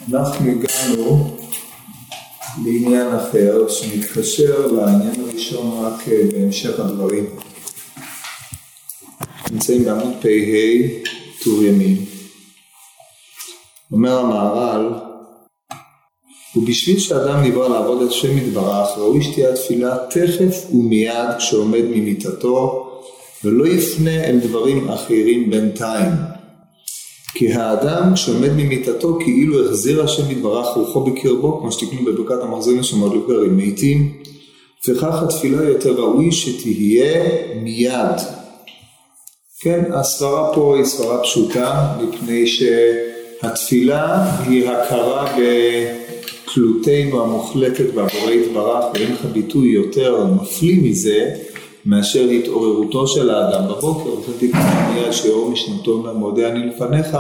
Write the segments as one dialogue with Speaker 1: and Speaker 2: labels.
Speaker 1: אנחנו הגענו לעניין אחר שמתקשר לעניין הראשון רק בהמשך הדברים. נמצאים בעמוד פ"ה טור ימין. אומר המהר"ל, ובשביל שאדם נברא לעבוד את השם יתברך, ראוי שתהיה התפילה תכף ומיד כשעומד ממיטתו, ולא יפנה אל דברים אחרים בינתיים. כי האדם כשעומד ממיטתו כאילו החזיר השם יתברך רוחו בקרבו, כמו שתקנו בברכת המחזירים שמודלו קרים מתים, וכך התפילה יותר ראוי שתהיה מיד. כן, הסברה פה היא סברה פשוטה, מפני שהתפילה היא הכרה בתלותנו המוחלטת בעבורי יתברך, ואין לך ביטוי יותר מפליא מזה, מאשר התעוררותו של האדם בבוקר, ותתקן מיד שאור משנתו מודה אני לפניך,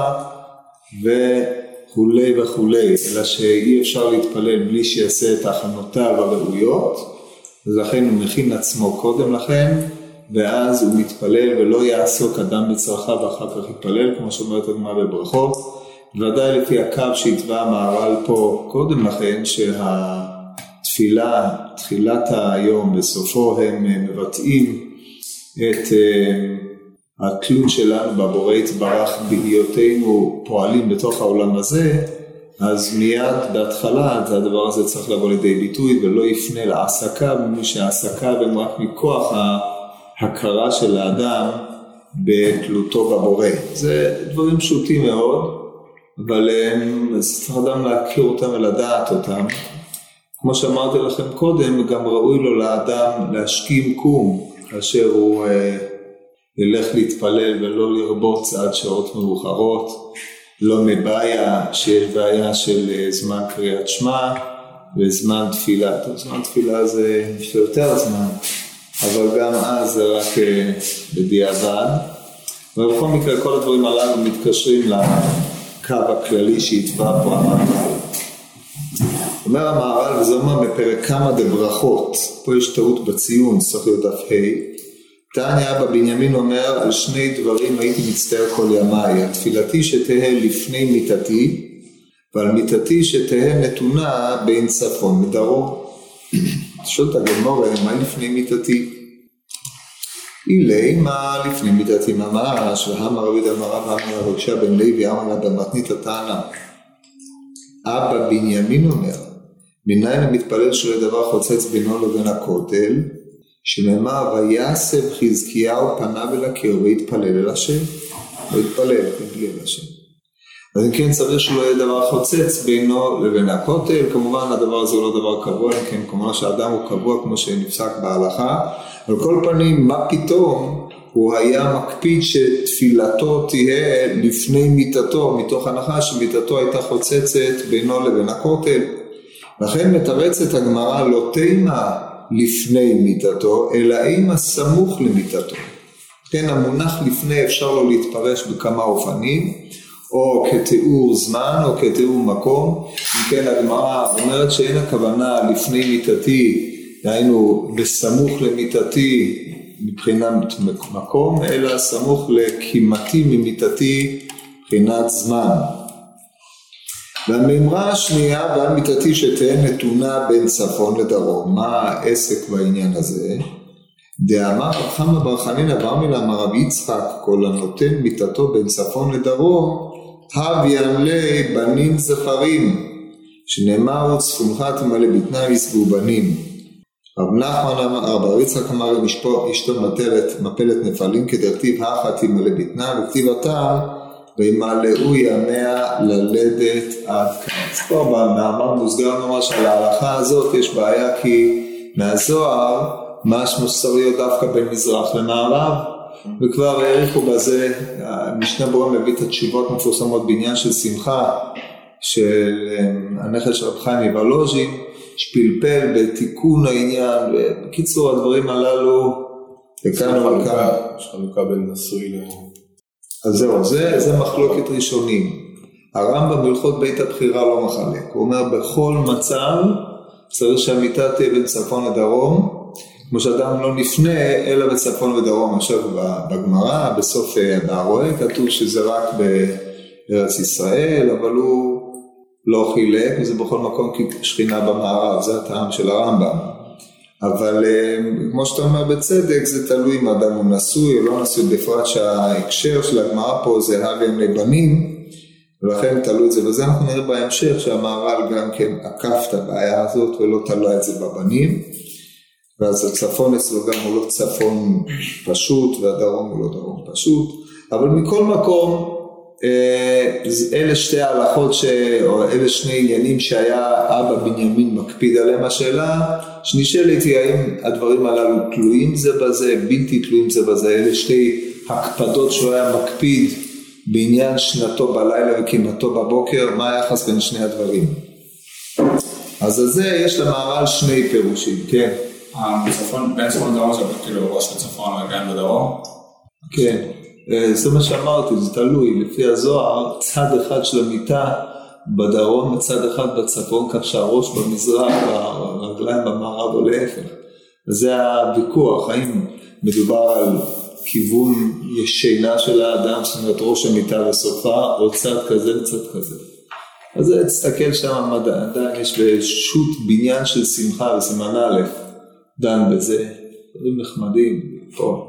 Speaker 1: וכולי וכולי, אלא שאי אפשר להתפלל בלי שיעשה את הכנותיו הראויות, אז לכן הוא מכין עצמו קודם לכן, ואז הוא מתפלל ולא יעסוק אדם בצרכיו ואחר כך יתפלל, כמו שאומרת הגמרא בברכות, ודאי לפי הקו שהתווה המהר"ל פה קודם לכן, תפילה, תחילת היום בסופו הם מבטאים את התלות שלנו בבורא יתברך בהיותנו פועלים בתוך העולם הזה, אז מיד בהתחלה הדבר הזה צריך לבוא לידי ביטוי ולא יפנה לעסקה, במי שהעסקה הם רק מכוח ההכרה של האדם בתלותו בבורא. זה דברים פשוטים מאוד, אבל צריך אדם להכיר אותם ולדעת אותם. כמו שאמרתי לכם קודם, גם ראוי לו לאדם להשכים קום, כאשר הוא ילך להתפלל ולא לרבוץ עד שעות מאוחרות, לא מבעיה שיש בעיה של זמן קריאת שמע וזמן תפילה. זמן תפילה זה יותר זמן, אבל גם אז זה רק בדיעבד. ובכל מקרה כל הדברים הללו מתקשרים לקו הכללי שהתווה פה המהר"ל. אומר המהר"ל, וזה אומר בפרק כמה דברכות, פה יש טעות בציון, צריך להיות דף ה'. תניא אבא בנימין אומר, על שני דברים הייתי מצטער כל ימיי, התפילתי שתהא לפני מיטתי, ועל מיטתי שתהא נתונה בין צפון ודרום. שואלת הגמרא, מה לפני מיטתי? אילי, מה לפני מיטתי ממש, והאמר רבי דמרא ואמר רבשיה בן לוי, אמר לה במתנית הטענה. אבא בנימין אומר, מניין המתפלל שלא דבר חוצץ בינו לבין הכותל, שנאמר ויסב חזקיהו פניו אל הקיר והתפלל אל השם, והתפלל בלי אל השם. אז אם כן צריך שלא יהיה דבר חוצץ בינו לבין הכותל, כמובן הדבר הזה הוא לא דבר קבוע, כן, כמובן שהאדם הוא קבוע כמו שנפסק בהלכה, על כל פנים מה פתאום הוא היה מקפיד שתפילתו תהיה לפני מיטתו, מתוך הנחה שמיטתו הייתה חוצצת בינו לבין הכותל. לכן מתרצת הגמרא לא תימה לפני מיטתו, אלא אימה סמוך למיטתו. כן, המונח לפני אפשר לו להתפרש בכמה אופנים, או כתיאור זמן או כתיאור מקום. אם כן, הגמרא אומרת שאין הכוונה לפני מיטתי, דהיינו בסמוך למיטתי מבחינת מקום, אלא סמוך לכמעטי ממיטתי מבחינת זמן. והמימרה השנייה, ועל מיטתי שתהיה נתונה בין צפון לדרום. מה העסק בעניין הזה? דאמר חמא בר חנינא בר מילא אמר רבי יצחק, כל הנותן מיטתו בין צפון לדרום, הוויין לי בנים זכרים, שנאמר צפונך תמלא בטנה ישבו בנים. רב נחמן אמר, רבי יצחק אמר אשתו מפלת נפלים, כדרתיב האחת תמלא בטנה, וכתיב עתה וימלאו ימיה ללדת עד כאן. אז פה במאמר מוסגר ממש על ההלכה הזאת יש בעיה, כי מהזוהר משמעו שצריך להיות דווקא בין מזרח למערב, וכבר העריכו בזה, המשנה ברורה מביא את התשובות מפורסמות בעניין של שמחה של הנכד של רב חיים מוולוז'ין, שפלפל בתיקון העניין, ובקיצור הדברים הללו לכאן ולכאן.
Speaker 2: יש חלוקה בין נשוי ל...
Speaker 1: אז זהו, זה מחלוקת ראשונים. הרמב"ם בהלכות בית הבחירה לא מחלק, הוא אומר בכל מצב צריך שהמיטה תהיה בין צפון לדרום, כמו שאדם לא נפנה אלא בצפון ודרום. עכשיו בגמרא בסוף בהרואה כתוב שזה רק בארץ ישראל, אבל הוא לא חילק, וזה בכל מקום שכינה במערב, זה הטעם של הרמב"ם. אבל כמו שאתה אומר בצדק, זה תלוי אם האדם הוא נשוי או לא נשוי, בפרט שההקשר של הגמרא פה זה הווים לבנים, ולכן תלוי את זה, וזה אנחנו נראה בהמשך שהמהר"ל גם כן עקף את הבעיה הזאת ולא תלוי את זה בבנים, ואז הצפון אצלו גם הוא לא צפון פשוט והדרום הוא לא דרום פשוט, אבל מכל מקום אלה שתי ההלכות או אלה שני עניינים שהיה אבא בנימין מקפיד עליהם. השאלה שנשאלת היא האם הדברים הללו תלויים זה בזה, בלתי תלויים זה בזה, אלה שתי הקפדות שהוא היה מקפיד בעניין שנתו בלילה וקימתו בבוקר, מה היחס בין שני הדברים? אז זה יש למהר"ל שני פירושים, כן?
Speaker 3: בצפון, בין צפון לדרום זה כאילו ראש בצפון וגם בדרום?
Speaker 1: כן, זה מה שאמרתי, זה תלוי, לפי הזוהר, צד אחד של המיטה בדרום וצד אחד בצפון, כך שהראש במזרח והרגליים במערב או להפך. וזה הוויכוח, האם מדובר על כיוון ישינה של האדם, זאת אומרת ראש המיטה וסופה, או צד כזה וצד כזה. אז תסתכל שם, עדיין יש בשו"ת בניין של שמחה וסימן א', דן בזה, דברים נחמדים, פה.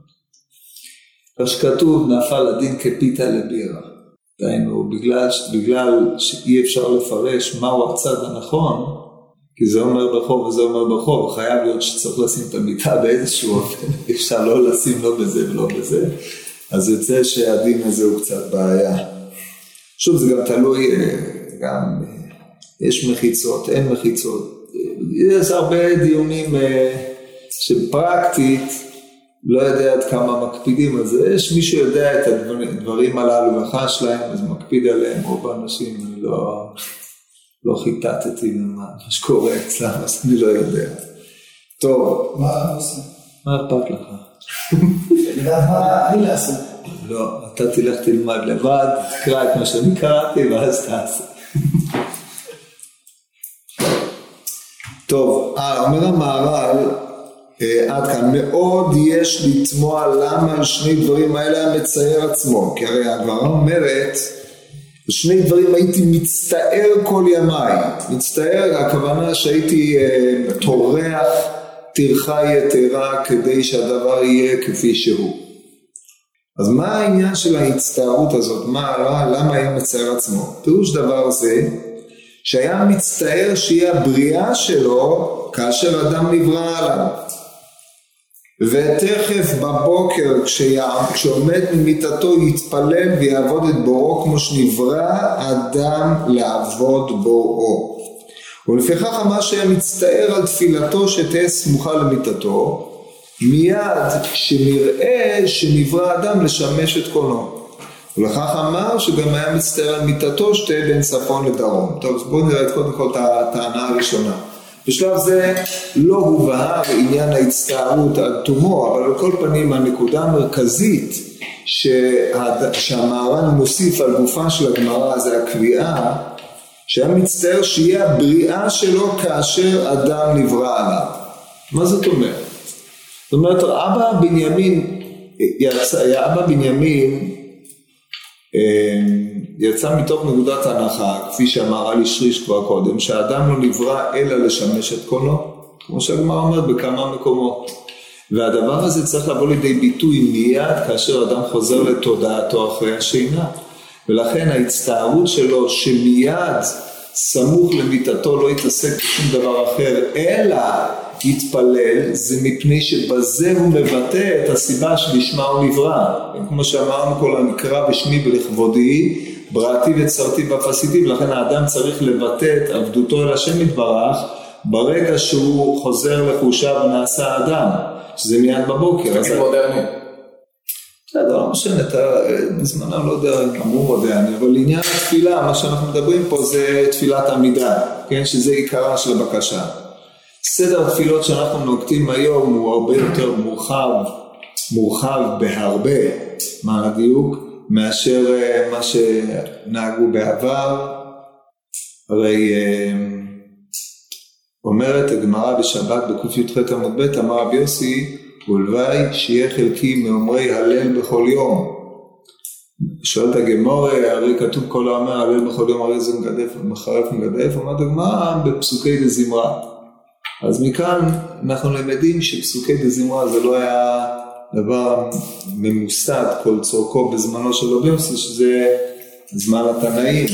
Speaker 1: כשכתוב נפל הדין כפיתה לבירה, דיינו, בגלל שאי אפשר לפרש מהו הצד הנכון, כי זה אומר ברחוב וזה אומר ברחוב, חייב להיות שצריך לשים את המיטה באיזשהו אופן, אפשר לא לשים לא בזה ולא בזה, אז יוצא שהדין הזה הוא קצת בעיה. שוב, זה גם תלוי, גם יש מחיצות, אין מחיצות, יש הרבה דיונים שפרקטית, לא יודע עד כמה מקפידים על זה, יש מי שיודע את הדברים הללו וחש להם, אז מקפיד עליהם, רוב האנשים, אני לא חיטטתי מה שקורה אצלם, אז אני לא יודע. טוב.
Speaker 4: מה אתה עושה?
Speaker 1: מה אכפת לך?
Speaker 4: לדעת מה אני לעשות.
Speaker 1: לא, אתה תלך תלמד לבד, תקרא את מה שאני קראתי, ואז תעשה. טוב, אומר המהר"ל, עד כאן, מאוד יש לתמוע למה על שני דברים האלה המצייר עצמו, כי הרי הגמרא אומרת, שני דברים הייתי מצטער כל ימיי, מצטער הכוונה שהייתי תורח טרחה יתרה כדי שהדבר יהיה כפי שהוא. אז מה העניין של ההצטערות הזאת? למה היה מצייר עצמו? פירוש דבר זה, שהיה מצטער שיהיה הבריאה שלו כאשר אדם נברא עליו. ותכף בבוקר כשעומד ממיטתו יתפלל ויעבוד את בוראו כמו שנברא אדם לעבוד בוראו. ולפיכך אמר שהיה מצטער על תפילתו שתהיה סמוכה למיטתו, מיד שנראה שנברא אדם לשמש את קונו. ולכך אמר שגם היה מצטער על מיטתו שתהיה בין צפון לדרום. טוב, אז בואו נראה את קודם כל את הטענה הראשונה. בשלב זה לא הובהר עניין ההצטערות עד תומו, אבל על כל פנים הנקודה המרכזית שהמהר"ל מוסיף על גופה של הגמרא זה הקביעה שהיה מצטער שיהיה הבריאה שלו כאשר אדם נברא עליו. מה זאת אומרת? זאת אומרת, אבא בנימין יצא מתוך נקודת הנחה, כפי שהמהר"ל השריש כבר קודם, שהאדם לא נברא אלא לשמש את קונו, כמו שהגמרא אומרת בכמה מקומות. והדבר הזה צריך לבוא לידי ביטוי מיד כאשר אדם חוזר לתודעתו אחרי השינה. ולכן ההצטערות שלו שמיד סמוך למיטתו לא יתעסק בשום דבר אחר, אלא יתפלל, זה מפני שבזה הוא מבטא את הסיבה שלשמה הוא נברא. כמו שאמרנו, כל הנקרא בשמי ולכבודי, בראתי וצרתי בפסיתי, ולכן האדם צריך לבטא את עבדותו אל השם יתברך, ברגע שהוא חוזר לחושיו ונעשה אדם, שזה מיד בבוקר.
Speaker 3: זה מודרני.
Speaker 1: בסדר, לא משנה, בזמנם לא יודע, אמרו מודרני, אבל לעניין התפילה, מה שאנחנו מדברים פה זה תפילת עמידה, כן? שזה עיקרה של הבקשה. סדר התפילות שאנחנו נוקטים היום הוא הרבה יותר מורחב בהרבה, מה הדיוק, מאשר מה שנהגו בעבר. הרי אומרת הגמרא בשבת בק"ח עמוד ב', אמר רבי יוסי, ולוואי שיהיה חלקי מאומרי הלל בכל יום. שואל את הגמור, הרי כתוב כל האומר, הלל בכל יום הרי זה מגדף ומחרף מגדף, אומרת הגמרא בפסוקי דזמרה. אז מכאן אנחנו למדים שפסוקי דזמרה זה לא היה דבר ממוסד כל צורכו בזמנו של רבי יוסי, שזה זמן התנאים.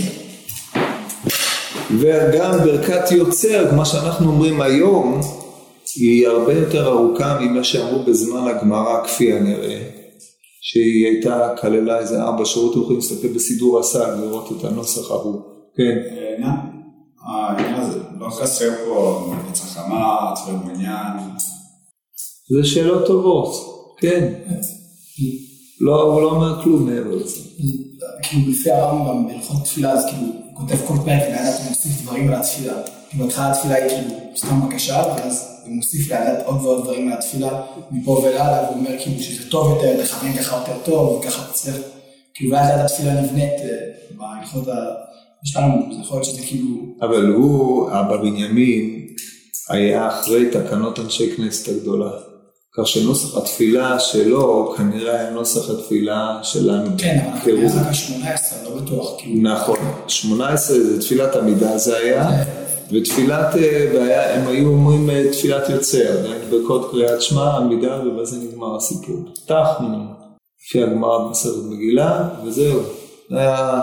Speaker 1: וגם ברכת יוצר, כמו שאנחנו אומרים היום, היא הרבה יותר ארוכה ממה שאמרו בזמן הגמרא כפי הנראה, שהיא הייתה כללה איזה 4 שעות, יכולים להסתכל בסידור הסג, לראות את הנוסח ההוא. כן.
Speaker 3: העניין הזה, לא חסר פה בצחמת ובעניין.
Speaker 1: זה שאלות טובות, כן. לא, הוא לא אומר כלום מעבר לזה.
Speaker 4: כאילו לפי הרמב"ם בהלכות תפילה, אז כאילו הוא כותב כל פרק ועדת הוא מוסיף דברים על התפילה. כאילו התחלה התפילה היא כאילו סתם בקשה, ואז הוא מוסיף לעדת עוד ועוד דברים על התפילה מפה ולעלה, והוא אומר כאילו שזה טוב יותר, לכוון ככה יותר טוב, וככה תצליח. כאילו ועדת התפילה נבנית בהלכות שלנו, זה יכול להיות שזה כאילו... אבל
Speaker 1: הוא, אבא בנימין, היה אחרי תקנות אנשי כנסת הגדולה. כך שנוסח התפילה שלו כנראה היה נוסח התפילה שלנו.
Speaker 4: כן, אבל היה רק 18, לא בטוח.
Speaker 1: נכון, 18 זה תפילת עמידה זה היה, ותפילת, הם היו אומרים תפילת יוצר, בקוד קריאת שמע, עמידה, ובזה נגמר הסיפור. תחנו, לפי הגמרא במסכת מגילה, וזהו. זה היה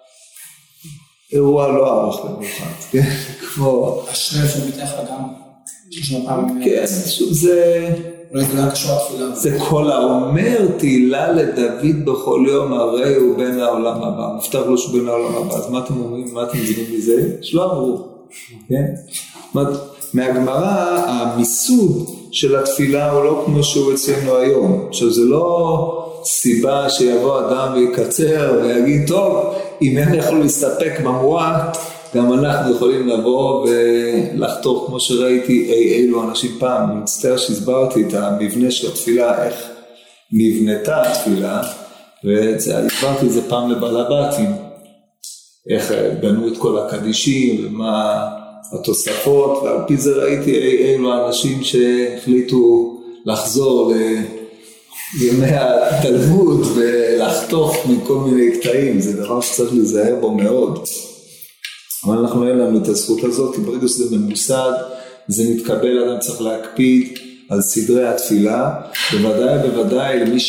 Speaker 1: אירוע לא ארוך במיוחד, כן? כמו...
Speaker 4: השרב שמתח לגם,
Speaker 1: כן, שוב זה... זה כל האומר תהילה לדוד בכל יום הרי הוא בין העולם הבא, מובטח לו שהוא בין העולם הבא, אז מה אתם אומרים, מה אתם מבינים מזה? שלא אמרו, כן? מהגמרא המיסוד של התפילה הוא לא כמו שהוא אצלנו היום, עכשיו זה לא סיבה שיבוא אדם ויקצר ויגיד טוב, אם הם יכולים להסתפק במועט, גם אנחנו יכולים לבוא ולחתוך כמו שראיתי אילו אנשים פעם, אני מצטער שהסברתי את המבנה של התפילה, איך נבנתה התפילה, והסברתי את זה פעם לבלבטים, איך בנו את כל הקדישים ומה התוספות, ועל פי זה ראיתי אילו האנשים שהחליטו לחזור לימי התלמוד ולחתוך מכל מיני קטעים, זה דבר שצריך להיזהר בו מאוד. אבל אנחנו אין לנו את הזכות הזאת, כי ברגע שזה ממוסד, זה נתקבל, אדם צריך להקפיד על סדרי התפילה, בוודאי למי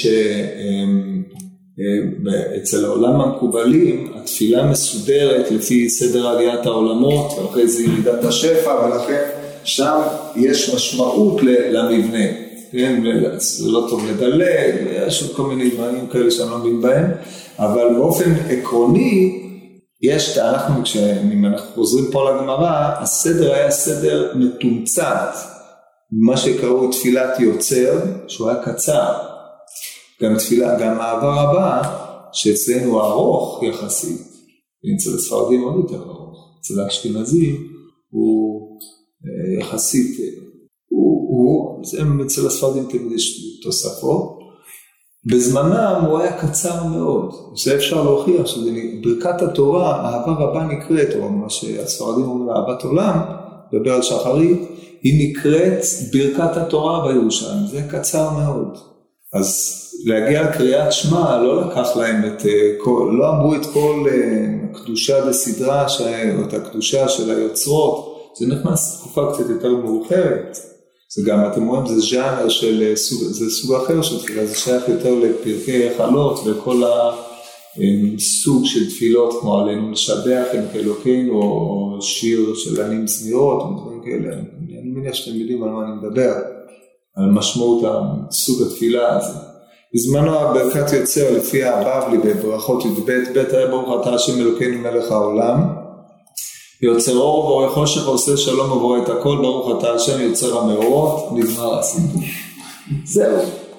Speaker 1: אצל העולם המקובלים, התפילה מסודרת לפי סדר עליית העולמות, ואחרי זה ירידת השפע, ולכן שם יש משמעות למבנה, זה לא טוב לדלג, יש כל מיני דברים כאלה שאני לא מבין בהם, אבל באופן עקרוני, אנחנו חוזרים פה לגמרא, הסדר היה סדר מתומצת, מה שקראו תפילת יוצר, שהוא היה קצר, גם העבר הבא, שאצלנו ארוך יחסית, אצל הספרדים עוד יותר ארוך, אצל האשכנזים הוא יחסית, אצל הספרדים תמיד יש תוספות, בזמנם הוא היה קצר מאוד, זה אפשר להוכיח שברכת התורה, האהבה רבה נקראת, או מה שהספרדים אומרים אהבת עולם, דבר על שחרית, היא נקראת ברכת התורה בירושלים, זה קצר מאוד. אז להגיע לקריאת שמע, לא לקח להם לא אמרו את כל הקדושה בסדרה, או את הקדושה של היוצרות, זה נכנס תקופה קצת יותר מאוחרת. זה גם, אתם רואים, זה ז'אנר של זה סוג אחר של תפילה, זה שייך יותר לפרקי חלות וכל הסוג של תפילות, כמו עלינו לשבח עם כאלוקינו, או שיר של עלים זמירות, או דברים כאלה. אני מניח שאתם יודעים על מה אני מדבר, על משמעות סוג התפילה הזה. בזמנו ברכת יוצר לפי הבבלי בברכות י"ב, היה ברוך אתה השם אלוקינו מלך העולם, יוצר אור ובורא חושך ועושה שלום ובורא את הכל, ברוך אתה השם יוצר המאורות, נגמר הסיפור. זהו.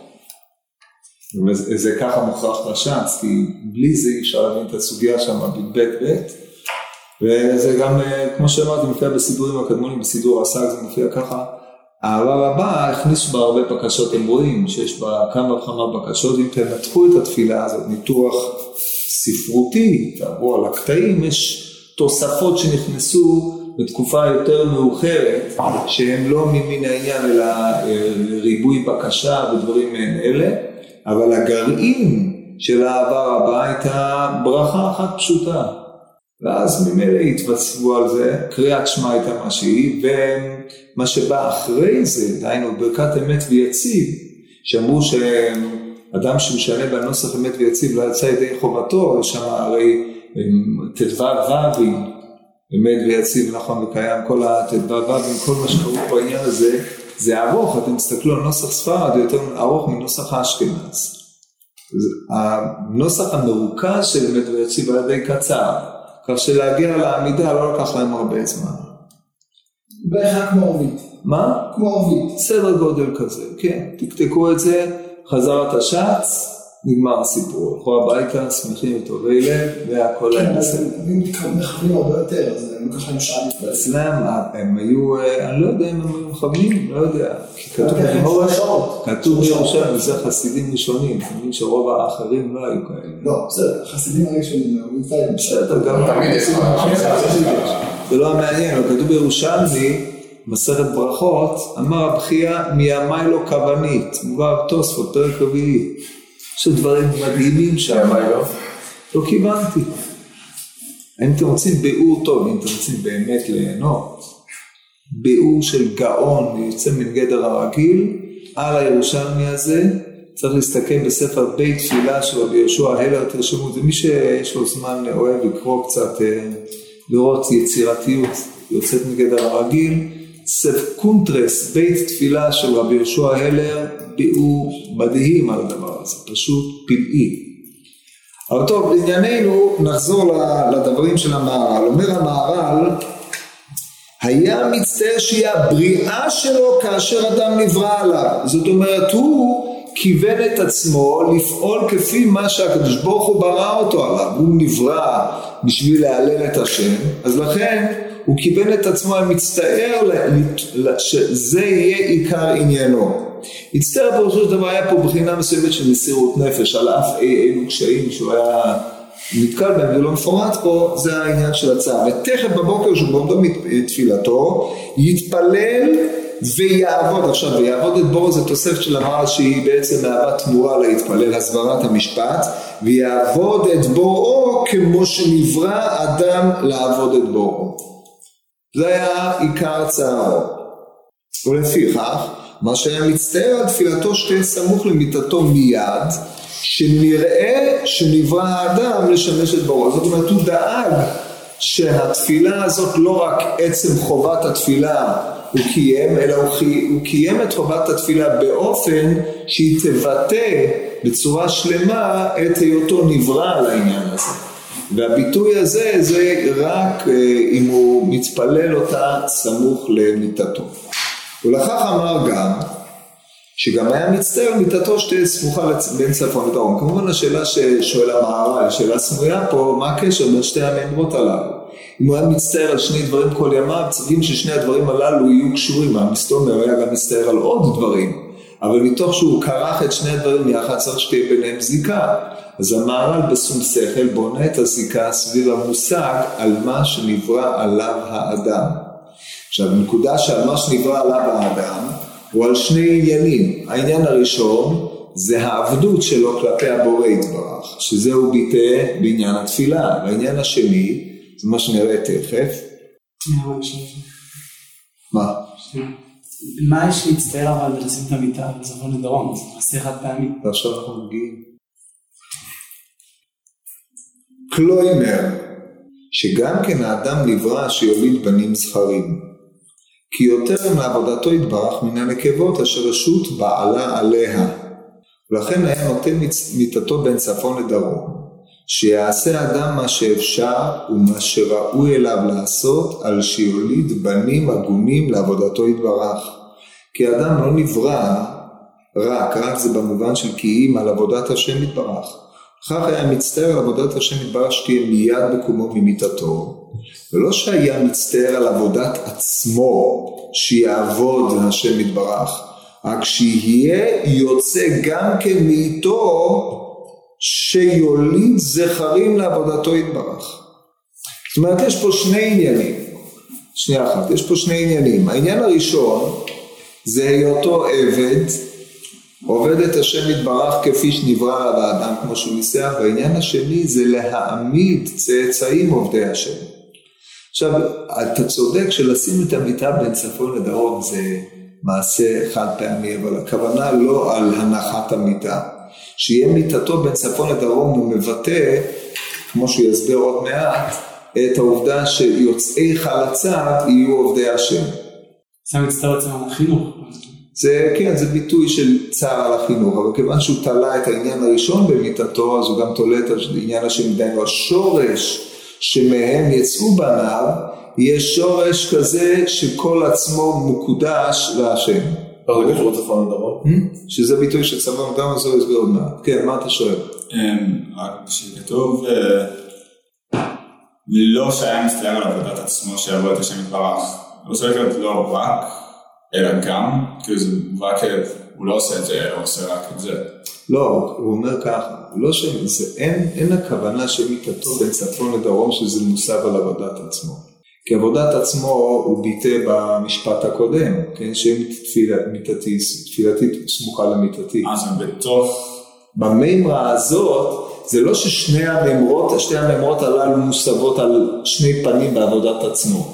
Speaker 1: וזה ככה מוכרח בש"ס, כי בלי זה אי אפשר להבין את הסוגיה שם בבית, וזה גם, כמו שאמרתי, מופיע בסידורים הקדמונים, בסידור הסג זה מופיע ככה. העבר הבא הכניסו בה הרבה בקשות, הם רואים שיש בה כמה וכמה בקשות, אם תנתחו את התפילה הזאת, ניתוח ספרותי, תעברו על הקטעים, יש תוספות שנכנסו בתקופה יותר מאוחרת, שהם לא ממין העניין אלא ריבוי בקשה ודברים מעין אלה, אבל הגרעין של האהבה רבה הייתה ברכה אחת פשוטה. ואז ממילא התווספו על זה, קריאת שמע הייתה מה שהיא, ומה שבא אחרי זה, דהיינו ברכת אמת ויציב, שאמרו שאדם שמשנה בנוסח אמת ויציב לא יצא ידי חובתו, יש שם הרי תדווה אמת ויציב, נכון, וקיים כל התדווה עם כל מה שקרו פה העניין הזה, זה ארוך, אתם תסתכלו על נוסח ספרד, יותר ארוך מנוסח האשכנז. הנוסח המרוכז של אמת ויציב היה די קצר, כך שלהגיע לעמידה לא לקח להם הרבה זמן.
Speaker 4: בערך כמו ערבית.
Speaker 1: מה?
Speaker 4: כמו ערבית.
Speaker 1: סדר גודל כזה, כן. תקתקו את זה, חזרת השץ, נגמר הסיפור. הלכו הביתה, שמחים וטובי לב, והכל היה בסדר.
Speaker 4: כן, אבל מכוונים הרבה יותר, אז הם לקח להם שעה להתפלל.
Speaker 1: אצלם, הם היו, אני לא יודע אם הם היו מכוונים, לא יודע. כתוב בירושלים, וזה חסידים ראשונים, אני מבין שרוב האחרים לא היו כאלה.
Speaker 4: לא, בסדר, חסידים הראשונים, הוא מתפלל.
Speaker 1: בסדר, גם זה לא המעניין, אבל כתוב בירושלמי, מסכת ברכות, אמר הבכייה מימי לא כוונית, מובא תוספות, פרק רביעי. יש דברים מדהימים שם. לא כיוונתי. אם אתם רוצים ביאור טוב, אם אתם רוצים באמת ליהנות, ביאור של גאון יוצא מן גדר הרגיל, על הירושלמי הזה, צריך להסתכל בספר בית תפילה של רבי יהושע הלר, תרשמו, זה מי שיש לו זמן אוהב לקרוא קצת, לראות יצירתיות יוצאת מגדר הרגיל, קונטרס, בית תפילה של רבי יהושע הלר, ביאור מדהים על הדבר הזה, פשוט פלאי. אבל טוב, לענייננו נחזור לדברים של המהר"ל. אומר המהר"ל, היה מצטער שהיא הבריאה שלו כאשר אדם נברא עליו. זאת אומרת, הוא כיוון את עצמו לפעול כפי מה שהקדוש ברוך הוא ברא אותו עליו. הוא נברא בשביל להלל את השם, אז לכן הוא כיוון את עצמו מצטער שזה יהיה עיקר עניינו. הצטער בראשו של דבר היה פה בחינה מסוימת של מסירות נפש, על אף אילו קשיים שהוא היה נתקל בהם ולא מפורט פה, זה העניין של הצער. ותכף בבוקר שהוא בעומדו תפילתו, יתפלל ויעבוד. עכשיו, ויעבוד את בורו זה תוספת של המהר"ל שהיא בעצם מהווה תמורה להתפלל, הסברת המשפט, ויעבוד את בורו כמו שנברא אדם לעבוד את בורו. זה היה עיקר צערו. ולפיכך, מה שהיה מצטער על תפילתו שתהיה סמוך למיטתו מיד, שנראה שנברא האדם לשמש את בורו. זאת אומרת, הוא דאג שהתפילה הזאת לא רק עצם חובת התפילה הוא קיים, אלא הוא קיים את חובת התפילה באופן שהיא תבטא בצורה שלמה את היותו נברא על העניין הזה. והביטוי הזה זה רק אם הוא מתפלל אותה סמוך למיטתו. ולכך אמר גם שגם היה מצטער מיטתו שתהיה סמוכה בין צפון ודרום. כמובן השאלה ששואל המהר"ל, שאלה סמויה פה, מה הקשר בין שתי המאמרות הללו? אם הוא היה מצטער על שני דברים כל ימיו, צריכים ששני הדברים הללו יהיו קשורים. המסתומר היה גם מצטער על עוד דברים, אבל מתוך שהוא קרח את שני הדברים יחד צריך שתהיה ביניהם זיקה. אז המהר"ל בשום שכל בונה את הזיקה סביב המושג על מה שנברא עליו האדם. עכשיו, נקודה שעל מה שנברא עליו האדם הוא על שני עניינים. העניין הראשון זה העבדות שלו כלפי הבורא יתברך, שזה הוא ביטא בעניין התפילה. והעניין השני זה מה שנראה תכף. מה?
Speaker 5: מה יש להצטער אבל לשים את המיטה בצפון לדרום? זה מעשה חד פעמי.
Speaker 1: ועכשיו אנחנו מגיעים. קלוימר, שגם כן האדם נברא שיוליד בנים זכרים, כי יותר מעבודתו יתברך מן הנקבות אשר רשות בעלה עליה, ולכן היה נותן מיטתו בין צפון לדרום, שיעשה אדם מה שאפשר ומה שראוי אליו לעשות, על שיוליד בנים הגונים לעבודתו יתברך. כי אדם לא נברא רק זה במובן של קיים על עבודת השם יתברך. כך היה מצטער על עבודת השם יתברך שתהיה מיד בקומו ממיטתו, ולא שהיה מצטער על עבודת עצמו שיעבוד השם יתברך, רק שיהיה יוצא גם כן מאיתו שיוליד זכרים לעבודתו יתברך. זאת אומרת, יש פה שני עניינים. שנייה אחת, יש פה שני עניינים. העניין הראשון זה היותו עבד עובד את השם יתברך כפי שנברא עליו האדם כמו שהוא ניסח, והעניין השני זה להעמיד צאצאים עובדי השם. עכשיו, אתה צודק שלשים את המיטה בין צפון לדרום זה מעשה חד פעמי, אבל הכוונה לא על הנחת המיטה. שיהיה מיטתו בין צפון לדרום הוא מבטא, כמו שהוא יסביר עוד מעט, את העובדה שיוצאי חלציו יהיו עובדי השם.
Speaker 5: זה מצטער אצלנו על החינוך.
Speaker 1: זה, כן, זה ביטוי של צער על החינוך, אבל כיוון שהוא תלה את העניין הראשון במיטתו, אז הוא גם תולה את העניין השני, דיינו השורש שמהם יצאו בניו, יהיה שורש כזה שכל עצמו מקודש להשם.
Speaker 2: רגע, שרות צפון לדרום?
Speaker 1: שזה ביטוי של צפון לדרום, זה יסביר עוד מעט. כן, מה אתה שואל?
Speaker 3: רק שכתוב, לא שהיה מסתכל על עבודת עצמו שיעבוד את השם יתברך. לא צריך להיות לא רק, אלא גם, כאילו זה רק, הוא לא עושה את זה, הוא עושה רק את זה.
Speaker 1: לא, הוא אומר ככה, לא שזה, אין הכוונה שמיטתו בין צפון לדרום שזה מוסב על עבודת עצמו. כי עבודת עצמו הוא ביטא במשפט הקודם, כן, שמיטתי, תפילתי סמוכה למיטתי.
Speaker 3: אז בתוך...
Speaker 1: בממרה הזאת, זה לא ששתי הממרות הללו מוסבות על שני פנים בעבודת עצמו.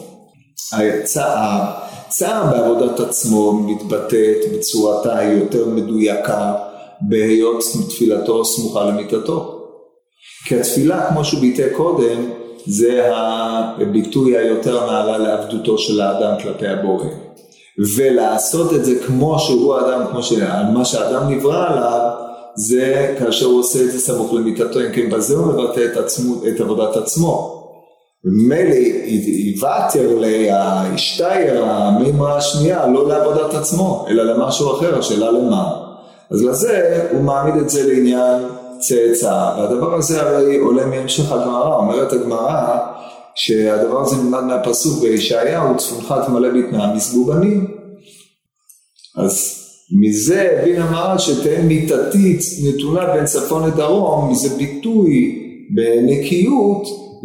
Speaker 1: הצער בעבודת עצמו מתבטאת בצורתה יותר מדויקה בהיות תפילתו סמוכה למיטתו. כי התפילה, כמו שהוא ביטא קודם, זה הביטוי היותר נעלה לעבדותו של האדם כלפי הבורא. ולעשות את זה כמו שהוא האדם, מה שהאדם נברא עליו, זה כאשר הוא עושה את זה סמוך למיטתו, אם כן בזה הוא מבטא את עבודת עצמו. ומילא יוותר להשתייר הממרה השנייה, לא לעבודת עצמו, אלא למשהו אחר, השאלה למה. אז לזה הוא מעמיד את זה לעניין צאצא, והדבר הזה הרי עולה מהמשך הגמרא, אומרת הגמרא, שהדבר הזה נלמד מהפסוק בישעיהו, צפונך תמלא בטנה מסבובנים. אז מזה הבין המהר"ל שתהיה מיטתית נתונה בין צפון לדרום, מזה ביטוי בנקיות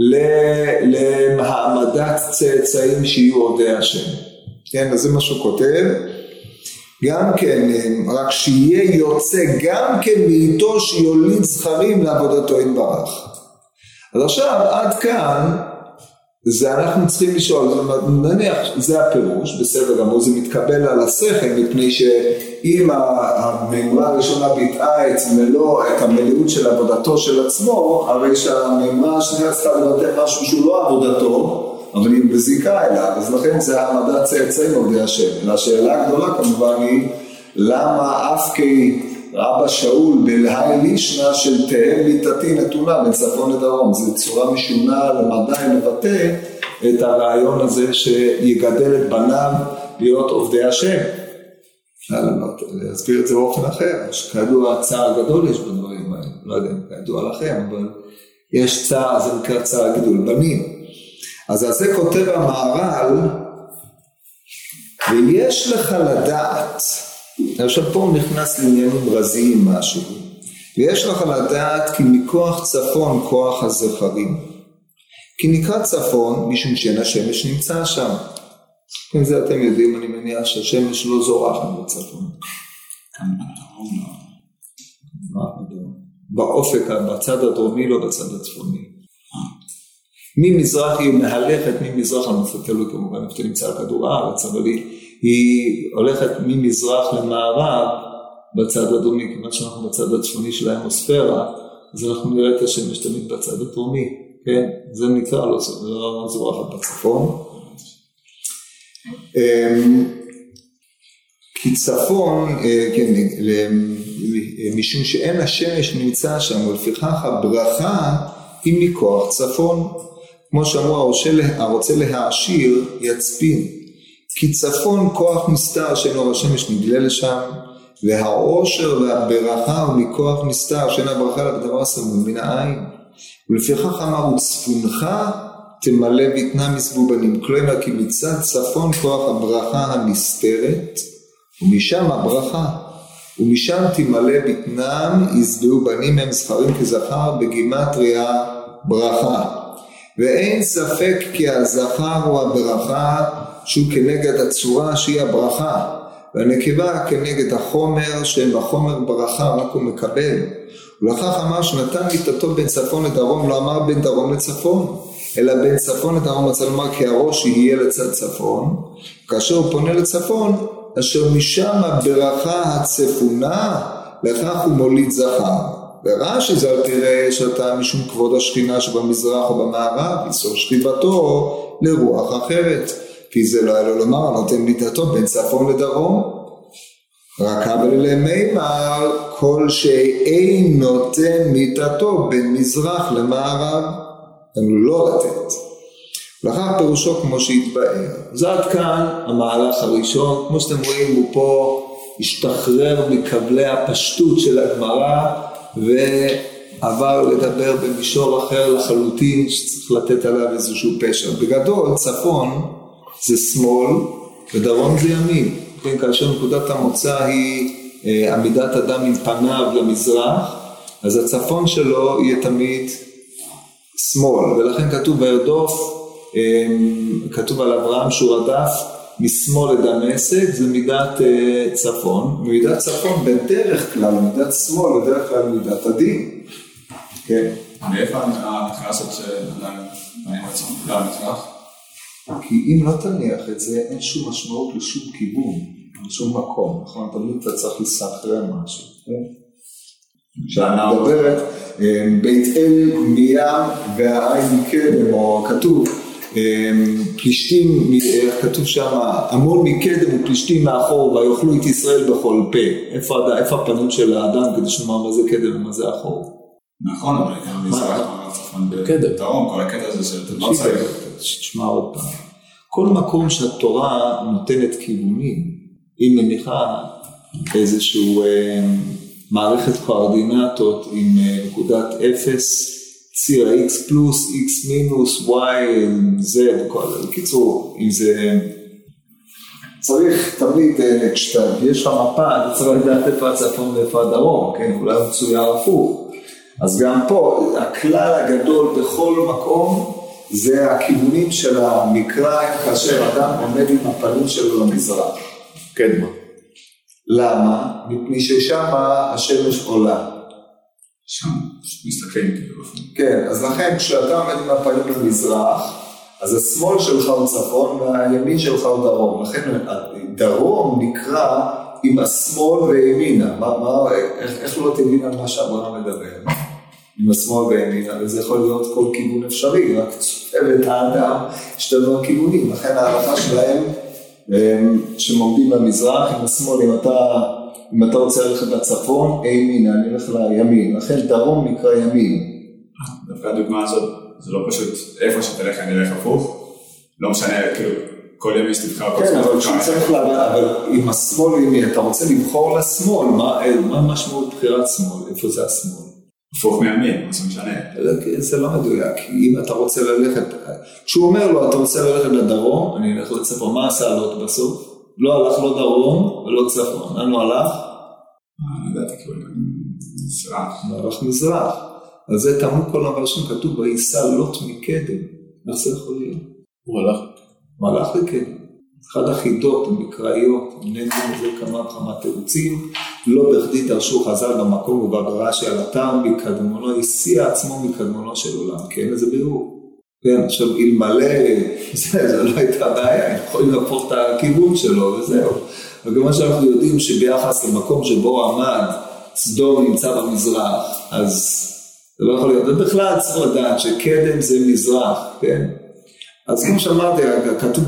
Speaker 1: להעמדת צאצאים שיהיו עובדי השם. כן, אז זה מה שהוא כותב. גם כן, רק שיהיה יוצא גם כן מאיתו שיוליד זכרים לעבודתו יתברך. אז עכשיו, עד כאן, זה אנחנו צריכים לשאול, נניח, זה הפירוש, בסדר גמור, זה מתקבל על השכל, מפני שאם הממרה הראשונה ביטאה את מלוא, את המלאות של עבודתו של עצמו, הרי שהממרה השנייה צריכה לבטא משהו שהוא לא עבודתו, אבל היא בזיקה אליו, אז לכן זה העמדת צאצאים עובדי השם. אלא השאלה הגדולה כמובן היא, למה אף רבא שאול בלהי לישנה של תהא מיטתי נתונה בין צפון לדרום? זו צורה משונה למדי לבטא את הרעיון הזה שיגדל את בניו להיות עובדי השם. להסביר את זה באופן אחר, שכידוע צער גדול יש בדברים האלה, לא יודע אם כידוע לכם, אבל יש צער, זה נקרא צער גידול בנים. אז על זה כותב המהר"ל, ויש לך לדעת, עכשיו פה הוא נכנס לעניינים רזיים משהו, ויש לך לדעת כי מכוח צפון כוח הזכרים, כי נקרא צפון משום שאין השמש נמצא שם. כן, זה אתם יודעים, אני מניח שהשמש לא זורחת בצפון. באופק, בצד הדרומי, לא בצד הצפוני. ממזרח היא מהלכת, ממזרח המפתלו כמובן, איפה נמצא על כדור הארץ, אבל היא הולכת ממזרח למערב בצד הדרומי, כמעט שאנחנו בצד הצפוני של ההמוספירה, אז אנחנו נראה את השמש תמיד בצד הדרומי, כן? זה נקרא לא זורחת בצפון. כי צפון, כן, משום שאין השמש נמצא שם, ולפיכך הברכה היא מכוח צפון. כמו שאמרו, הרוצה להעשיר יצפין, כי צפון כוח נסתר שאין אור השמש נגלה לשם, והעושר והברכה הוא מכוח נסתר שאין הברכה לדבר סמוי מן העין. ולפיכך אמרו, צפונך תמלא בטנה מסבובנים, כלומר כי מצד צפון כוח הברכה הנסתרת, ומשם הברכה, ומשם תמלא בטנם ישבעו בנים הם זכרים כזכר בגימטריה ברכה. ואין ספק כי הזכר הוא הברכה שהוא כנגד הצורה שהיא הברכה, והנקבה כנגד החומר, שהם החומר ברכה רק הוא מקבל. ולכך אמר שנתן מיתתו בין צפון לדרום, לא אמר בין דרום לצפון, אלא בין צפון לדרום, רוצה לומר כי הראש יהיה לצד צפון, כאשר הוא פונה לצפון, אשר משם הברכה הצפונה, לכך הוא מוליד זכר. ורש"י זה אל תראה שאתה משום כבוד השכינה שבמזרח או במערב, יסור שכיבתו לרוח אחרת, כי זה לא היה לו לומר, נותן מיתתו בין צפון לדרום. רק אבל למימר, כל שאין נותן מיתתו בין מזרח למערב, הם לא לתת. לכך פירושו כמו שהתבאר. אז עד כאן המהלך הראשון, כמו שאתם רואים הוא פה השתחרר מקבלי הפשטות של הגמרא, ועבר לדבר במישור אחר לחלוטין שצריך לתת עליו איזשהו פשר. בגדול צפון זה שמאל ודרום זה ימין. כן, כאשר נקודת המוצא היא עמידת אדם עם פניו למזרח, אז הצפון שלו יהיה תמיד שמאל, ולכן כתוב בירדוף, כתוב על אברהם שהוא רדף משמאל לדמשק, זה מידת צפון, מידת צפון בדרך כלל, מידת שמאל בדרך כלל מידת הדין. כן.
Speaker 3: מאיפה התחילה הזאת שעדיין מעניין עצמם למזרח?
Speaker 1: כי אם לא תניח את זה, אין שום משמעות לשום כיוון, לשום מקום, נכון? תמיד אתה צריך לסחרר משהו, כן? כשאני מדברת, בית אל מים והעין מקדם, או כתוב, פלישתים, כתוב שם, המון מקדם ופלישתים מאחור, ויאכלו את ישראל בכל פה. איפה הפנים של האדם כדי שנאמר מה זה קדם ומה זה אחור?
Speaker 3: נכון, אבל גם מזרח צפון בדרום, כל הקטע הזה שאתה לא צריך.
Speaker 1: תשמע עוד פעם, כל מקום שהתורה נותנת כיוונים, היא מניחה איזשהו מערכת קואורדינטות עם נקודת 0, ציר x פלוס, x מינוס, y, z, בקיצור, אם זה צריך תמיד, כשיש לך מפה, אתה צריך לדעת איפה הצפון ואיפה הדרום, כן, אולי הוא מצויר הפוך. אז גם פה, הכלל הגדול בכל מקום, זה הכיוונים של המקרא, כאשר אדם עומד עם הפנים שלו למזרח.
Speaker 2: קדמה.
Speaker 1: למה? מפני ששם השמש עולה.
Speaker 3: שם, מסתכלים כאילו.
Speaker 1: כן, אז לכן כשאתה עומד עם הפנים למזרח, אז השמאל שלך הוא צפון והימין שלך הוא דרום. לכן דרום נקרא עם השמאל וימינה. איך לא תבין על מה שאברהם מדבר? עם השמאל וימינה, וזה יכול להיות כל כיוון אפשרי, רק צפבת האדם שתי דבר כיוונים. לכן ההלכה שלהם שמעומדים במזרח עם השמאל, אם אתה רוצה ללכת לצפון, ימינה, אני אלך לימין. לכן דרום נקרא ימין.
Speaker 3: דווקא הדוגמה הזאת, זה לא פשוט איפה שתלך אני אלך הפוך, לא משנה, כאילו, כל ימין שתבחר.
Speaker 1: כן, אבל שצריך להגיד, אבל עם השמאל וימין, אתה רוצה לבחור לשמאל, מה משמעות בחירת שמאל? איפה זה השמאל?
Speaker 3: הפוך מימין, מה זה משנה?
Speaker 1: זה לא מדויק, אם אתה רוצה ללכת, כשהוא אומר לו, אתה רוצה ללכת לדרום, אני אלך לצפון, מה עשה לוט בסוף? לא הלך לא דרום ולא צפון, לנו הלך?
Speaker 3: אני יודעת, כאילו, מזרח.
Speaker 1: הלך מזרח, אז זה תמו כל המרשים, כתוב, ויסע לוט מקדם, איך זה יכול להיות? הוא הלך לקדם. אחד החידות המקראיות, נדמה לזה כמה וכמה תירוצים, לא בכדי דרשו חז"ל במקום ובברש"י על אתר מקדמונו, הסיע עצמו מקדמונו של עולם, כי אין לזה בירור. כן, עכשיו אלמלא, זה לא הייתה בעיה, יכולים להפוך את הכיוון שלו וזהו. וגם שאנחנו יודעים שביחס למקום שבו עמד, סדום נמצא במזרח, אז זה לא יכול להיות. ובכלל צריך לדעת שקדם זה מזרח, כן? אז כמו שאמרתי, כתוב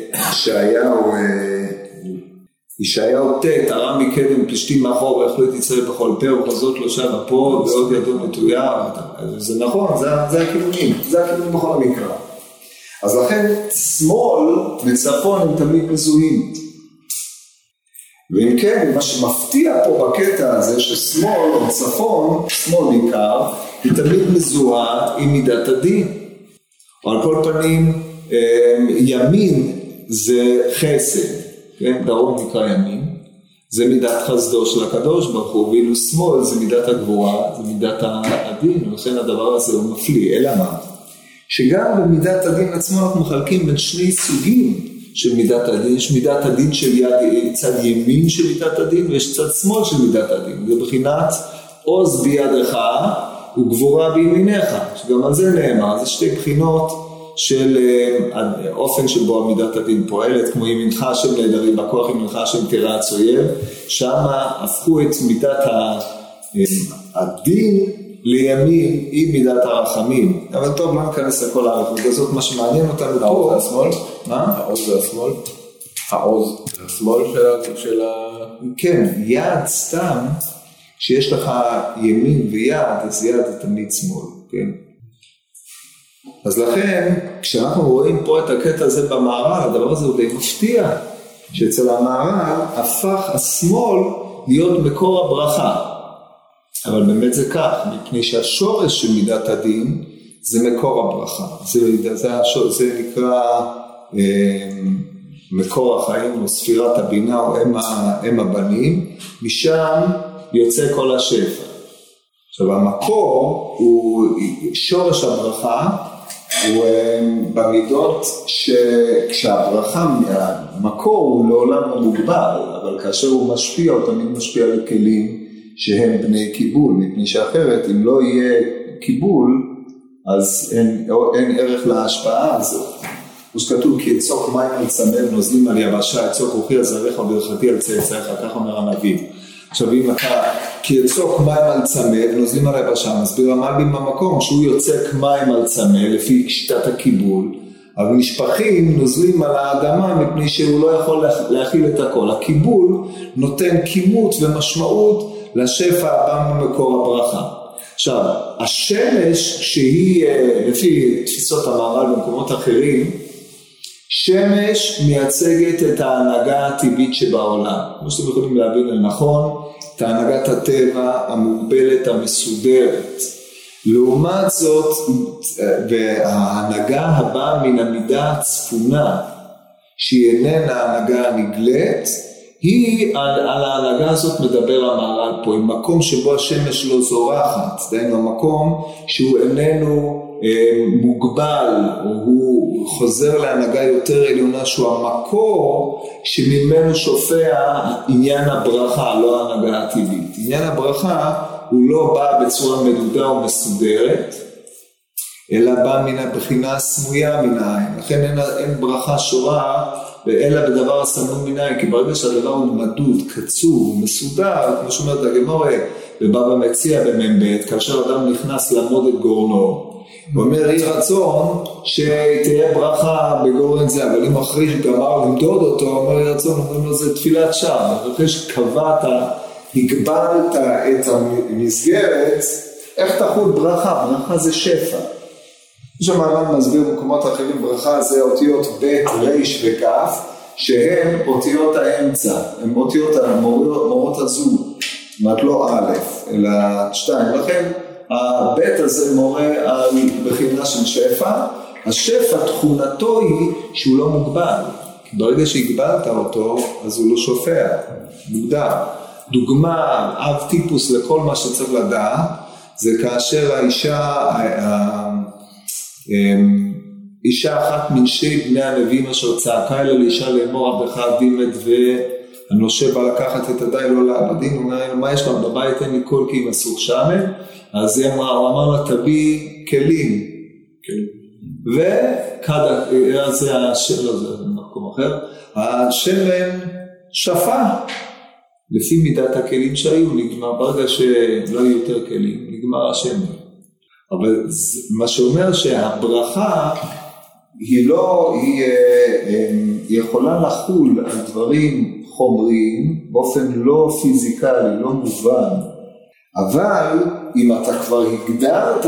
Speaker 1: בישעיהו ט', הרם מקדם פלישתים מאחור ואכלו את ישראל בכל פה ובזאת לא שבה פה ועוד ידו נטויה, זה נכון, זה הכיוונים, זה הכיוונים בכל המקרא. אז לכן שמאל וצפון הם תמיד מזוהים. ואם כן, מה שמפתיע פה בקטע הזה ששמאל או צפון, שמאל בעיקר, היא תמיד מזוהה עם מידת הדין. או על כל פנים, ימין זה חסד, כן? דרום נקרא ימין, זה מידת חסדו של הקדוש ברוך הוא, ואילו שמאל זה מידת הגבורה, זה מידת הדין, ולכן הדבר הזה הוא מפליא. אלא מה? שגם במידת הדין עצמו אנחנו מחלקים בין שני סוגים של מידת הדין, יש מידת הדין של צד ימין של מידת הדין, ויש צד שמאל של מידת הדין, זה בחינת עוז בידך וגבורה בימינך, שגם על זה נאמר, זה שתי בחינות של אופן שבו מידת הדין פועלת, כמו ימינך השם נהדרים בכוח, ימינך השם תרעץ אויב, שם הפכו את מידת הדין לימין עם מידת הרחמים. אבל טוב, לא ניכנס לכל האריכות הזאת, מה שמעניין אותנו פה...
Speaker 2: העוז זה השמאל?
Speaker 1: מה?
Speaker 2: העוז זה השמאל? העוז זה השמאל של ה...
Speaker 1: כן, יד סתם, כשיש לך ימין ויד, אז יד זה תמיד שמאל, כן? אז לכן, כשאנחנו רואים פה את הקטע הזה במערל, הדבר הזה הוא די מפתיע, שאצל המערל הפך השמאל להיות מקור הברכה. אבל באמת זה כך, מפני שהשורש של מידת הדין זה מקור הברכה. זה נקרא מקור החיים או ספירת הבינה או אם הבנים, משם יוצא כל השפע. עכשיו המקור הוא שורש הברכה, הוא במידות שכשהברכה, המקור הוא לעולם לא מוגבל, אבל כאשר הוא משפיע, הוא תמיד משפיע לכלים שהם בני קיבול, מפני שאחרת אם לא יהיה קיבול, אז אין ערך להשפעה הזאת. וכתוב כי יצוק מים על צמא נוזלים על יבשה, יצוק רוחי על זרעך וברכתי על צאצאיך, כך אומר הנביא. עכשיו אם אתה, כי יצוק מים על צמא נוזלים על יבשה, מסביר המלבים במקום שהוא יוצק מים על צמא לפי שיטת הקיבול, אבל נשפכים נוזלים על האדמה מפני שהוא לא יכול להכיל את הכל. הקיבול נותן כימות ומשמעות לשפע הבא ממקור הברכה. עכשיו, השמש שהיא, לפי תפיסות המערל במקומות אחרים, שמש מייצגת את ההנהגה הטבעית שבעולם. כמו שאתם יכולים להבין לנכון, את ההנהגת הטבע המוגבלת המסודרת. לעומת זאת, וההנהגה הבאה מן המידה הצפונה, שהיא איננה ההנהגה הנגלית, היא, על ההנהגה הזאת מדבר המערל פה, עם מקום שבו השמש לא זורחת, דהיינו המקום שהוא איננו מוגבל, או הוא חוזר להנהגה יותר עליונה, שהוא המקור שממנו שופע עניין הברכה, לא ההנהגה הטבעית. עניין הברכה הוא לא בא בצורה מדודה ומסודרת, אלא בא מן הבחינה הסמויה מן העין. לכן אין ברכה שורה, אלא בדבר הסמוי מן העין, כי ברגע שהדבר הוא מדוד, קצור, מסודר, כמו שאומרת הגמרא, בבבא מציעא במ"ב, כאשר אדם נכנס לעמוד את גורנו, הוא אומר, יהי רצון שתהיה ברכה בגורן זה, אבל אם אחרי שגמר למדוד אותו, הוא אומר, יהי רצון, אומרים לו, זה תפילת שער, אחרי שקבעת, הגבלת את המסגרת, איך תחול ברכה? ברכה זה שפע. יש המערל מסביר במקומות אחרים, ברכה זה אותיות ב' ריש וכף, שהן אותיות האמצע, הן אותיות המורות הזו, זאת אומרת לא א', אלא 2, לכן הבית הזה מורה על בחינה של שפע, השפע תכונתו היא שהוא לא מוגבל, כי ברגע שהגבלת אותו, אז הוא לא שופע, מוגדר. דוגמה, אב טיפוס לכל מה שצריך לדעת, זה כאשר אישה אחת מנשי בני הנביאים אשר צעקה אלה לאישה לאמור עבדך דימת והנושה בא לקחת את הדי לא לעבדין, הוא אומר מה יש לך בבית אין לי כל כי אם אסור שמן, אז הוא אמר לה תביא כלים וכדה, זה השם לא זה במקום אחר, השמן שפע לפי מידת הכלים שהיו, נגמר ברגע שלא יהיו יותר כלים, נגמר השמן. אבל מה שאומר שהברכה היא לא, היא יכולה לחול על דברים חומריים באופן לא פיזיקלי, לא מובן. אבל אם אתה כבר הגדרת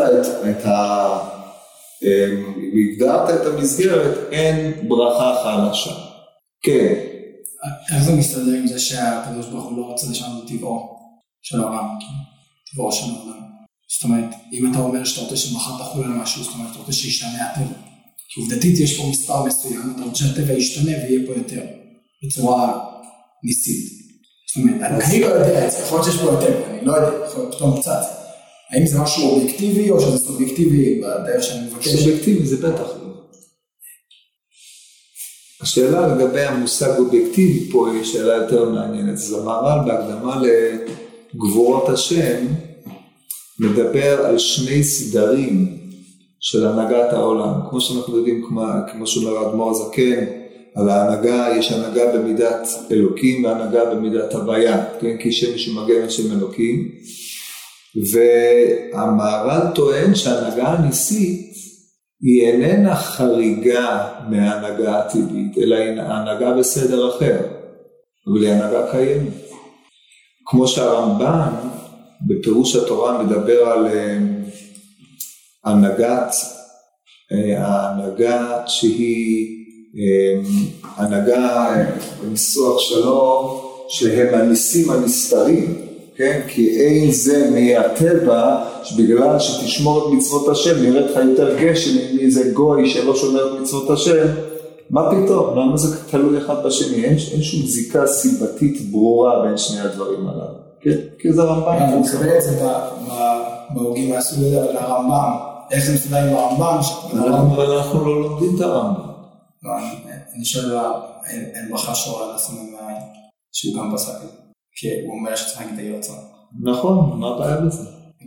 Speaker 1: את המסגרת, אין ברכה חלשה. כן.
Speaker 4: איך זה מסתדר עם זה שהקדוש ברוך הוא לא רוצה לשנות טבעו של העולם, טבעו של העולם? זאת אומרת, אם אתה אומר שאתה רוצה שמחר תחול על משהו, זאת אומרת, אתה רוצה שישתנה הטבע. כי עובדתית יש פה מספר מסוים, אתה רוצה שהטבע ישתנה ויהיה פה יותר, בצורה ניסית. זאת אומרת, אני לא יודע את זה, יכול להיות שיש פה יותר, אני לא יודע, יכול להיות פתאום קצת. האם זה משהו אובייקטיבי או שזה סובייקטיבי בדרך שאני מבקש?
Speaker 1: סובייקטיבי זה בטח לא. השאלה לגבי המושג אובייקטיבי פה היא שאלה יותר מעניינת. אז המהר"ל בהקדמה לגבורות השם מדבר על שני סדרים של הנהגת העולם. כמו שאנחנו יודעים, כמו שאומר האדמו"ר הזקן, על ההנהגה, יש הנהגה במידת אלוקים והנהגה במידת הוויה, כן? כי שם שמגן שם אלוקים. והמהר"ל טוען שההנהגה הניסית היא איננה חריגה מההנהגה הטבעית, אלא היא הנהגה בסדר אחר, אבל היא הנהגה קיימת. כמו שהרמב"ן בפירוש התורה מדבר על ההנהגה שהיא הנהגה בניסוח שלו שהם הניסים הנסתרים, כן? כי אין זה מהטבע שבגלל שתשמור את מצוות השם נראית לך יותר גשם מאיזה גוי שלא שומר את מצוות השם. מה פתאום? למה זה תלוי אחד בשני? אין שום זיקה סיבתית ברורה בין שני הדברים הללו, כן? כי זה רמב"ם.
Speaker 4: אני מקבל את זה בהוגים מהסוג הזה, אבל הרמב"ם, איך זה מסתדר עם הרמב"ם?
Speaker 1: אנחנו לא לומדים את הרמב"ם.
Speaker 4: אני שואל, אין ברכה שורה לשים במעיים, שהוא גם פסק את זה, כי הוא אומר שצריך להגיד את הירצון.
Speaker 1: נכון, מה הבעיה בזה?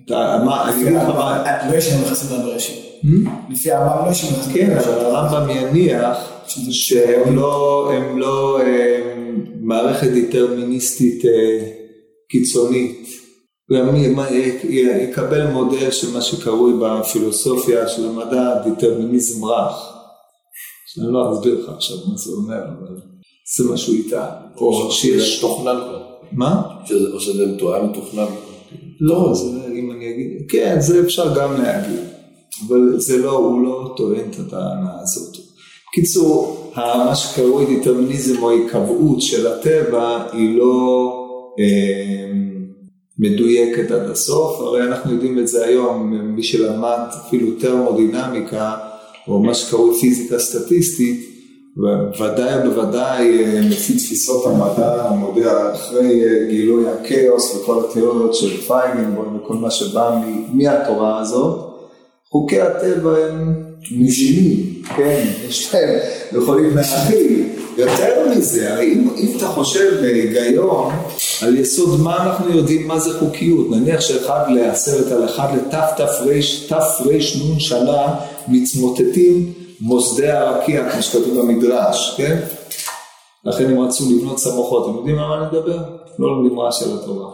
Speaker 4: לא יש לנו חסד בראשית. לפי הרמב"ם לא יש לנו חסד בראשית.
Speaker 1: כן, אבל הרמב"ם יניח שהם לא מערכת דטרמיניסטית קיצונית. הוא יקבל מודל של מה שקרוי בפילוסופיה של המדע, דטרמיניזם רך. שאני לא אסביר לך עכשיו מה זה אומר, אבל זה משהו איתה.
Speaker 2: או שיש תוכנן כבר.
Speaker 1: מה?
Speaker 2: או שזה מתואם מתוכנן.
Speaker 1: לא, זה אם אני אגיד, כן, זה אפשר גם להגיד, אבל זה לא, הוא לא טוען את הטענה הזאת. קיצור, מה שקרוי דטרמיניזם או הקבעות של הטבע היא לא מדויקת עד הסוף. הרי אנחנו יודעים את זה היום, מי שלמד אפילו טרמודינמיקה או מה שקרוי פיזיקה סטטיסטית, ובוודאי לפי תפיסות המדע המודע אחרי גילוי הקאוס וכל התיאוריות של פיינגנבוים וכל מה שבא מהתורה הזאת, חוקי הטבע הם נזילים, כן, יש להם, יכולים להכיל. יותר מזה, אם אתה חושב בהיגיון על יסוד מה אנחנו יודעים מה זה חוקיות, נניח שאחד לעשרת על אחד תרנ"ן שנה מתמוטטים מוסדי הרקיע, כמו שכתוב במדרש, כן? לכן הם רצו לבנות סמוכות. אתם יודעים על מה אני מדבר? לא לומדים רע של התורה.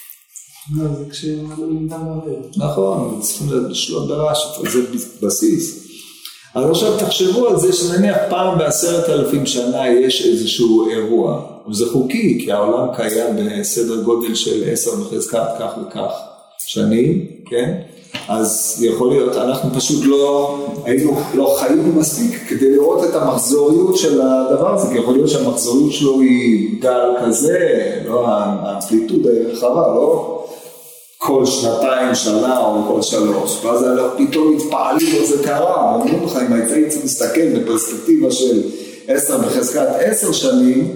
Speaker 5: זה כשלומדים דם באוויר.
Speaker 1: נכון, צריכים לשלוט ברעש, זה בסיס. אז עכשיו תחשבו על זה שנניח פעם ב10,000 שנה יש איזשהו אירוע, וזה חוקי, כי העולם קיים בסדר גודל של 10 בחזקת כך וכך שנים, כן? אז יכול להיות, אנחנו פשוט לא חיינו מספיק כדי לראות את המחזוריות של הדבר הזה, כי יכול להיות שהמחזוריות שלו היא גל כזה, לא האמפליטודה היא רחבה, לא כל שנתיים, שנה או כל 3, ואז פתאום מתפעלים לו זה קרה, ואומרים לך, אם היית מסתכל בפרספקטיבה של 10 בחזקת 10 שנים,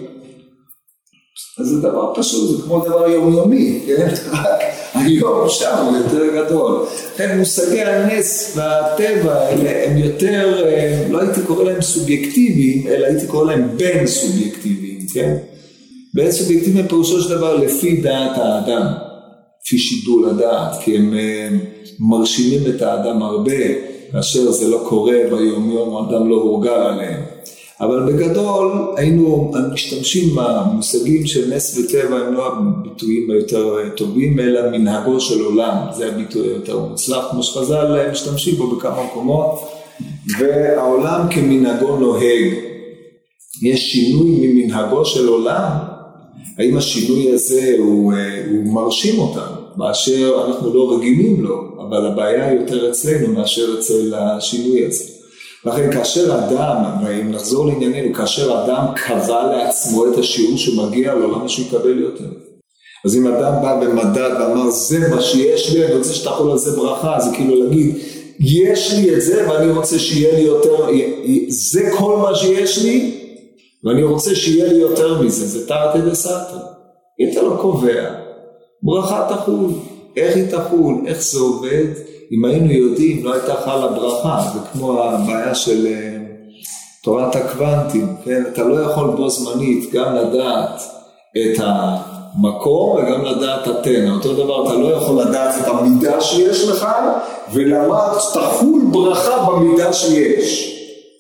Speaker 1: אז זה דבר פשוט, זה כמו דבר יומיומי, כן? רק היום שם הוא יותר גדול. לכן מושגי הנס והטבע הם יותר, לא הייתי קורא להם סובייקטיביים, אלא הייתי קורא להם בין סובייקטיביים, כן? בין סובייקטיביים פירושו של דבר לפי דעת האדם, לפי שידול הדעת, כי הם מרשימים את האדם הרבה, כאשר זה לא קורה ביום-יום, האדם לא הורגל עליהם. אבל בגדול היינו משתמשים במושגים של נס וטבע, הם לא הביטויים היותר טובים, אלא מנהגו של עולם, זה הביטוי היותר מוצלח, כמו שחז"ל משתמשים בו בכמה מקומות, והעולם כמנהגו נוהג. יש שינוי ממנהגו של עולם, האם השינוי הזה הוא מרשים אותנו, מאשר אנחנו לא רגילים לו, אבל הבעיה היא יותר אצלנו מאשר אצל השינוי הזה. לכן כאשר אדם, ואם נחזור לענייננו, כאשר אדם קבע לעצמו את השיעור שמגיע לו, למה שהוא יקבל יותר? אז אם אדם בא במדד ואמר, זה מה שיש לי, אני רוצה שתחול על זה ברכה, זה כאילו להגיד, יש לי את זה ואני רוצה שיהיה לי יותר, זה כל מה שיש לי, ואני רוצה שיהיה לי יותר מזה, זה תרתי דסתרי. אם אתה לא קובע, ברכה תחול, איך היא תחול, איך זה עובד, אם היינו יודעים, לא הייתה חלה ברכה, זה כמו הבעיה של תורת הקוונטים, כן? אתה לא יכול בו זמנית גם לדעת את המקום וגם לדעת התנא. אותו דבר, אתה לא יכול לדעת את המידה שיש לך, ולמה תחול ברכה במידה שיש.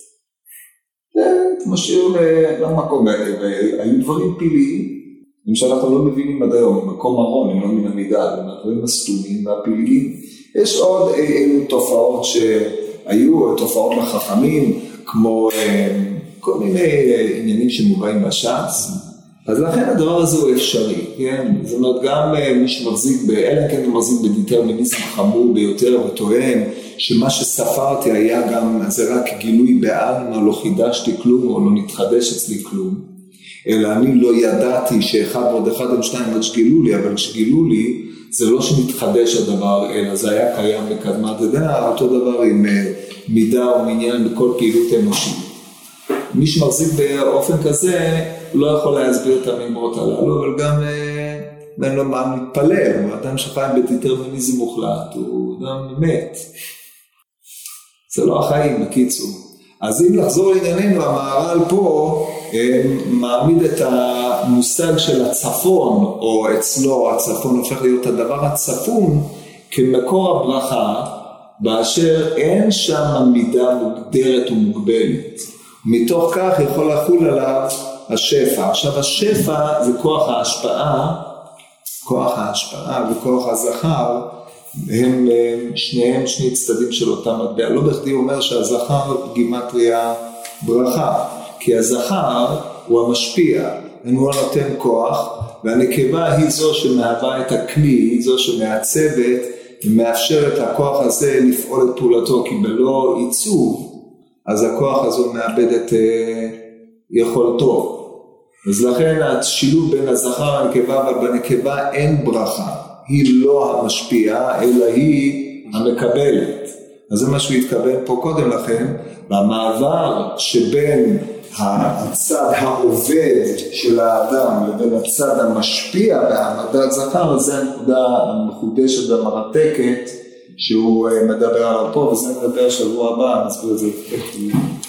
Speaker 1: אתה משאיר למקום, והיו דברים פלאיים, למשל אנחנו לא מבינים עד היום, מקום ארון, הם לא מן המידה, הם הדברים הסתומים והפלאיים. יש עוד תופעות שהיו, תופעות לחכמים, כמו כל מיני עניינים שמובאים בש"ס, אז לכן הדבר הזה הוא אפשרי, כן? זאת אומרת, גם מי שמחזיק אלא כן הוא מחזיק בדטרמיניזם חמור ביותר, וטוען שמה שספרתי היה גם, זה רק גילוי בעלמא, לא חידשתי כלום, או לא נתחדש אצלי כלום, אלא אני לא ידעתי שאחד ועוד אחד הם שתיים עד שגילו לי, אבל כשגילו לי, זה לא שנתחדש הדבר, אלא זה היה קיים מקדמת דדע, אותו דבר עם מידה או מניין בכל פעילות אנושית. מי שמחזיק באופן כזה לא יכול להסביר את המימרות הללו, אבל גם אין לו מה מתפלל, הוא אדם שחי בדטרמיניזם מוחלט, הוא אדם מת. זה לא החיים בקיצור. אז אם לחזור לענייננו, המהר"ל פה מעמיד את המושג של הצפון, או אצלו הצפון הופך להיות הדבר הצפון, כמקור הברכה, באשר אין שם מידה מוגדרת ומוגבלת. מתוך כך יכול לחול עליו השפע. עכשיו השפע זה כוח ההשפעה וכוח הזכר, הם שניהם שני צדדים של אותה מטבע. לא בכדי הוא אומר שהזכר גימטריה ברכה, כי הזכר הוא המשפיע, הוא נותן כוח, והנקבה היא זו שמהווה את הכלי, היא זו שמעצבת ומאפשר את הכוח הזה לפעול את פעולתו, כי בלא עיצוב אז הכוח הזו מאבד את יכולתו. אז לכן השילוב בין הזכר והנקבה, אבל בנקבה אין ברכה, היא לא המשפיעה אלא היא המקבלת. אז זה מה שהוא התכוון פה קודם לכן, והמעבר שבין הצד העובד של האדם לבין הצד המשפיע בהעמדת זכר, זה הנקודה המחודשת והמרתקת שהוא מדבר עליו פה, וזה נדבר שבוע הבא, נסביר את זה.